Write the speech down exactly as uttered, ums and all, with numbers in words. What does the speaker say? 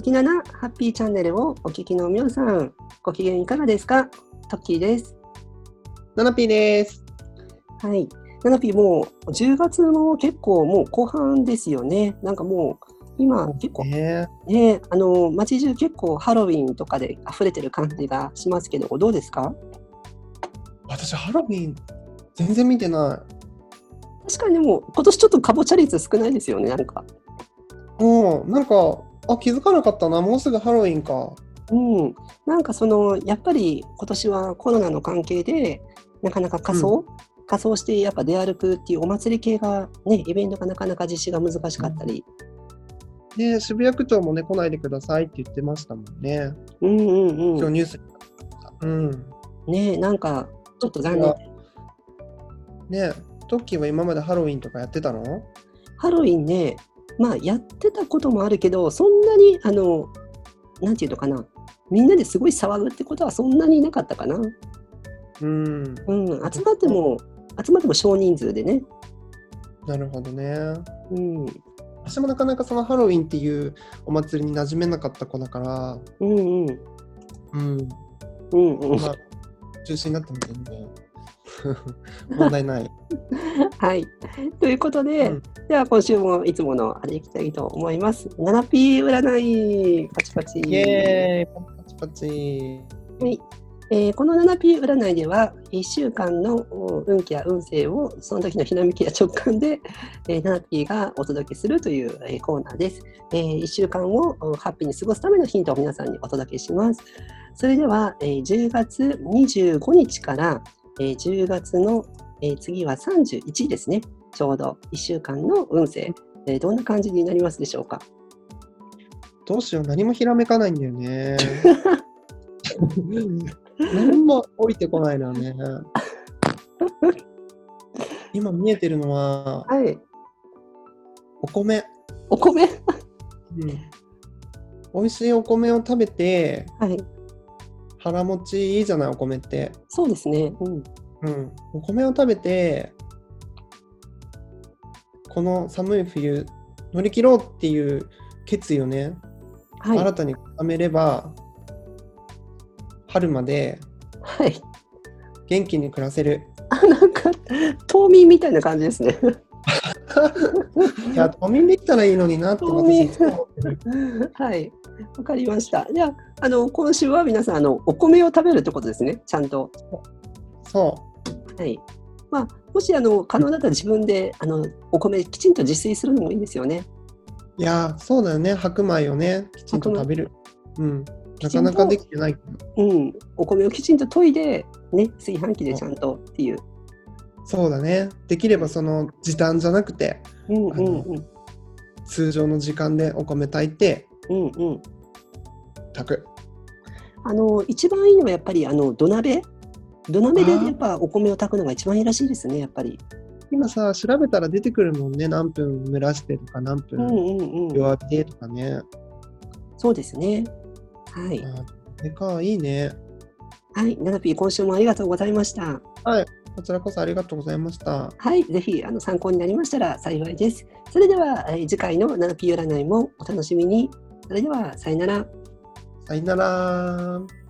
きななハッピーチャンネルをお聞きの皆さん、ご機嫌いかがですか？トッキーです。 ナナピーです。 はい。ナナピーもうじゅうがつも結構もう後半ですよね。なんかもう今結構ね、 ね、あの街中結構ハロウィンとかで溢れてる感じがしますけど、どうですか？ 私ハロウィン全然見てな確かにもう今年ちょっとかぼちゃ率少ないですよね、なんか。 い。うん、なんかあ気づかなかったな。もうすぐハロウィンか。 うん、なんかそのやっぱり今年はコロナの関係でなかなか仮うん。 装、仮装してやっぱ出歩くっていうお祭り系がね、イベントがなかなか実施が難しかったり、 ね、渋谷区長もね来ないでくださいって言ってましたもんね。 うんうんうん、 今日ニュースになってました。うん。 ね、なんかちょっと残念。 はね、トッキーは今までハロウィンとかやってたの？ ハロウィンね、まあやってたこともあるけど、そんなにあのなんていうのかな、みんなですごい騒ぐってことはそんなになかったかな。 うん。 うん、集まっても集まっても少人数でね。 なるほどね。 うん、 私もなかなかそのハロウィンっていうお祭りに馴染めなかった子だから、 うんうんうん。 うんうん。 まあ中止になっても全然問題ない。 はい。ということで、 うん。 では今週もいつものあれいきたいと思います。ナナピー占い、パチパチ。 イエーイパチパチ。 はい。えーこの ナナピー 占いではいっしゅうかんのお運気や運勢をその時のひらめきや直感で、えー、ナナピーがお届けするという、えーコーナーです。えーいっしゅうかんをおハッピーに過ごすためのヒントを皆さんにお届けします。それでは、えーじゅうがつにじゅうごにちから、えーじゅうがつの、えー次はさんじゅういちですね。ちょうどいっしゅうかんの運勢、えーどんな感じになりますでしょうか？ どうしよう、何もひらめかないんだよね。何も降りてこないのよね。今見えてるのは、 はい。 お米。 お米。 うん。美味しいお米を食べて、 はい。 腹持ちいいじゃない、お米って。 そうですね。うん。 うん。お米を食べて、この寒い冬、乗り切ろうっていう決意をね、 はい。 新たに固めれば、春まではい。 元気に暮らせる。 あ、なんか、冬眠みたいな感じですね。 いや、冬眠できたらいいのになって冬眠。 私いつも思ってる。 はい。わかりました。じゃあ、あの、今週は皆さん、あの、お米を食べるってことですね。ちゃんと。 そはい。まあ、もし、あの、可能だったら自分で、あの、お米きちんと自炊するのもいいですよね。 う。いや、そうだよね。白米をね、きちんと食べる。うん。なかなかできてないけど。 うん。お米をきちんと研いで、ね、炊飯器でちゃんとっていう。 そうだね。できればその時短じゃなくて、 うんうんあのうん。 通常の時間でお米炊いてうんうん。 炊く。 あの、一番いいのはやっぱり、あの、土鍋土鍋でやあっぱお米を炊くのが一番いいらしいですね、やっぱり。 今さ、調べたら出てくるもんね。何分蒸らしてとか、何分うんうんうん。 弱火でとかね。 そうですね。はい。 あそれか、いいね。 はい。ナナピー、今週もありがとうございました。 はい。こちらこそありがとうございました。 はい。ぜひ、あの、参考になりましたら幸いです。それでは、えー次回のナナピー占いもお楽しみに。それでは、さよなら。 さよなら。